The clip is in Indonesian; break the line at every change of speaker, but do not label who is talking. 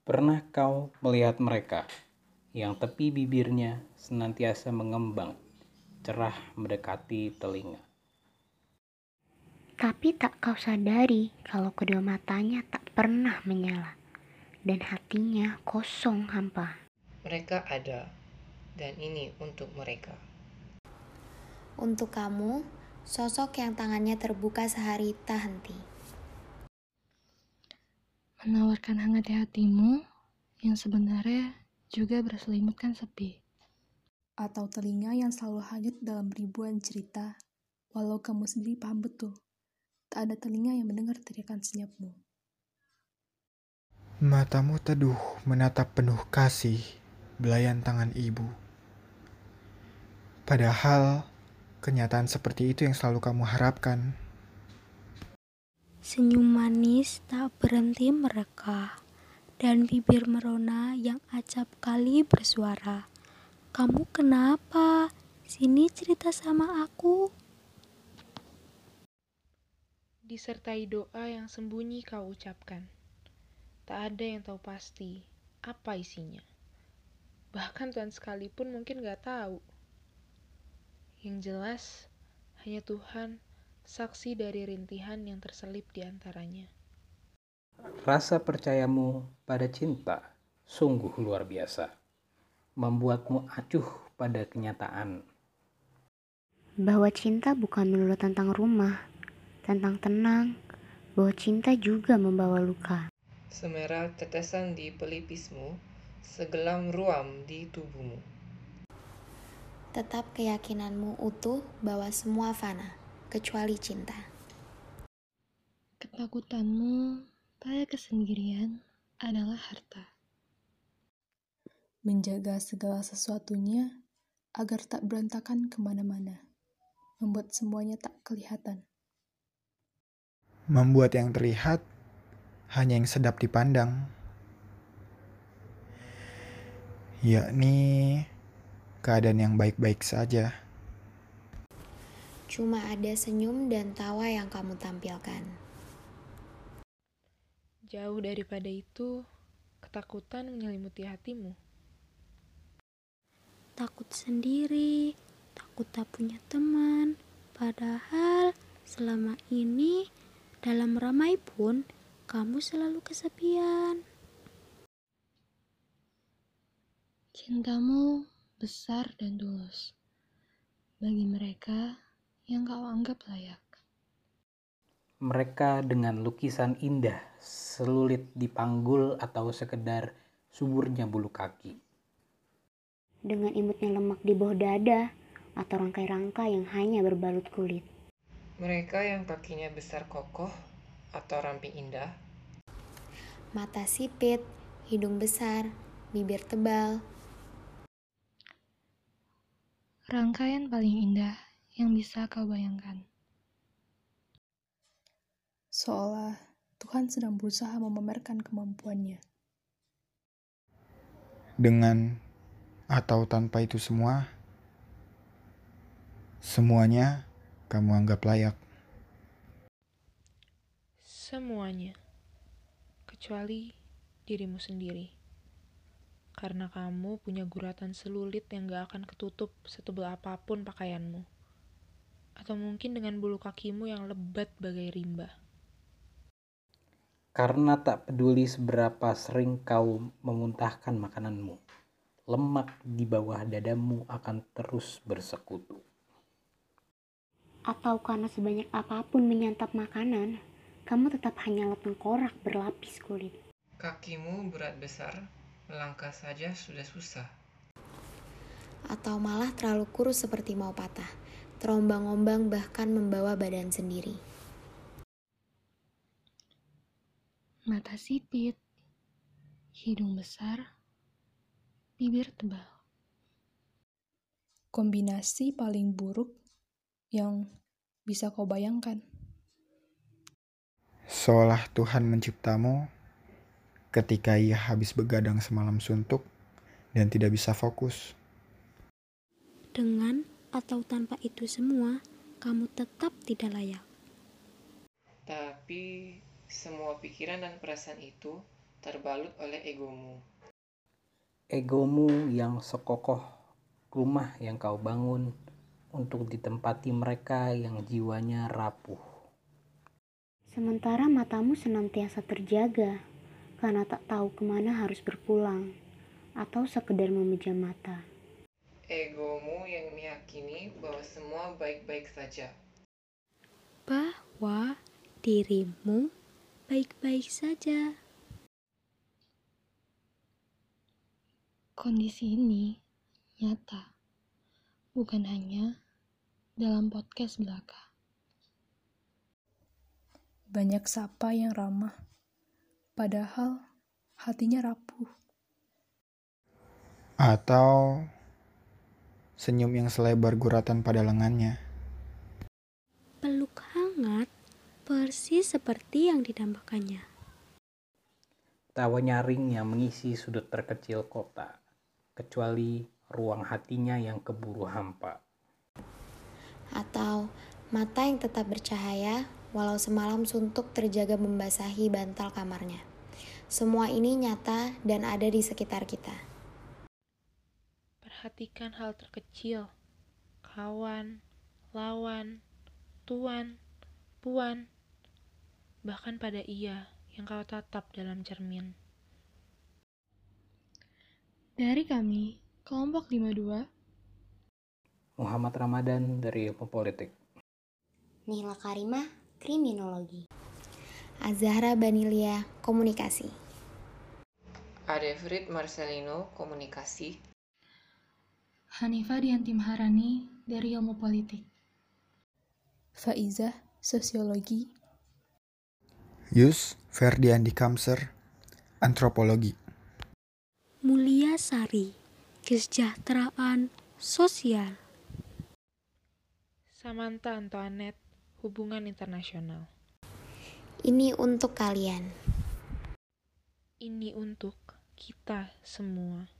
Pernah kau melihat mereka yang tepi bibirnya senantiasa mengembang, cerah mendekati telinga?
Tapi tak kau sadari kalau kedua matanya tak pernah menyala dan hatinya kosong hampa.
Mereka ada, dan ini untuk mereka.
Untuk kamu, sosok yang tangannya terbuka sehari tak henti.
Menawarkan hangat di hatimu yang sebenarnya juga berselimutkan sepi.
Atau telinga yang selalu hanyut dalam ribuan cerita, walau kamu sendiri paham betul, tak ada telinga yang mendengar teriakan senyapmu.
Matamu teduh menatap penuh kasih belayan tangan ibu. Padahal kenyataan seperti itu yang selalu kamu harapkan.
Senyum manis tak berhenti mereka, dan bibir merona yang acap kali bersuara. Kamu kenapa? Sini cerita sama aku.
Disertai doa yang sembunyi kau ucapkan. Tak ada yang tahu pasti apa isinya. Bahkan Tuhan sekalipun mungkin gak tahu. Yang jelas, hanya Tuhan saksi dari rintihan yang terselip di antaranya.
Rasa percayamu pada cinta sungguh luar biasa, membuatmu acuh pada kenyataan
Bahwa cinta bukan melulu tentang rumah, tentang tenang, bahwa cinta juga membawa luka.
Semerah tetesan di pelipismu, segelam ruam di tubuhmu.
Tetap keyakinanmu utuh bahwa semua fana, kecuali cinta.
Ketakutanmu pada kesendirian adalah harta.
Menjaga segala sesuatunya agar tak berantakan kemana-mana, membuat semuanya tak kelihatan.
Membuat yang terlihat hanya yang sedap dipandang, yakni keadaan yang baik-baik saja.
Cuma ada senyum dan tawa yang kamu tampilkan.
Jauh daripada itu, ketakutan menyelimuti hatimu.
Takut sendiri, takut tak punya teman. Padahal selama ini dalam ramai pun kamu selalu kesepian.
Cintamu besar dan tulus bagi mereka yang kau anggap layak.
mereka dengan lukisan indah selulit dipanggul atau sekedar suburnya bulu kaki.
Dengan imutnya lemak di bawah dada atau rangkai-rangkai yang hanya berbalut kulit.
Mereka yang kakinya besar kokoh atau ramping indah.
Mata sipit, hidung besar, bibir tebal.
Rangkaian paling indah yang bisa kau bayangkan.
Seolah Tuhan sedang berusaha memamerkan kemampuannya.
Dengan atau tanpa itu semua, semuanya kamu anggap layak.
Semuanya, kecuali dirimu sendiri. Karena kamu punya guratan selulit yang gak akan ketutup setebal apapun pakaianmu. Atau mungkin dengan bulu kakimu yang lebat bagai rimba.
Karena tak peduli seberapa sering kau memuntahkan makananmu, lemak di bawah dadamu akan terus bersekutu.
Atau karena sebanyak apapun menyantap makanan, kamu tetap hanyalah tengkorak berlapis kulit.
Kakimu berat besar, melangkah saja sudah susah.
Atau malah terlalu kurus seperti mau patah, terombang-ombang bahkan membawa badan sendiri.
Mata sipit, hidung besar, bibir tebal.
Kombinasi paling buruk yang bisa kau bayangkan.
Seolah Tuhan menciptamu ketika ia habis begadang semalam suntuk dan tidak bisa fokus.
Dengan atau tanpa itu semua, kamu tetap tidak layak.
Tapi semua pikiran dan perasaan itu terbalut oleh egomu.
Egomu yang sekokoh rumah yang kau bangun untuk ditempati mereka yang jiwanya rapuh.
Sementara matamu senantiasa terjaga karena tak tahu kemana harus berpulang atau sekedar memejam mata.
Egomu yang meyakini bahwa semua baik-baik saja.
Bahwa dirimu baik-baik saja.
Kondisi ini nyata, bukan hanya dalam podcast belaka.
Banyak sapa yang ramah, padahal hatinya rapuh.
Atau senyum yang selebar guratan pada lengannya.
Peluk hangat, persis seperti yang didambakannya.
Tawa nyaring yang mengisi sudut terkecil kota, kecuali ruang hatinya yang keburu hampa.
Atau mata yang tetap bercahaya walau semalam suntuk terjaga membasahi bantal kamarnya. Semua ini nyata dan ada di sekitar kita.
Perhatikan hal terkecil, kawan, lawan, tuan, puan, bahkan pada ia yang kau tatap dalam cermin.
Dari kami, kelompok 52,
Muhammad Ramadan dari Ilmu Politik.
Nihla Karimah, Kriminologi.
Azahra Banilia, Komunikasi.
Adefrid Marcelino, Komunikasi.
Hanifah Dianti Maharani dari Ilmu Politik.
Faizah, Sosiologi.
Yus Ferdiandi Kamser, Antropologi.
Mulia Sari, Kesejahteraan Sosial.
Samantha Antoinette, Hubungan Internasional.
Ini untuk kalian.
Ini untuk kita semua.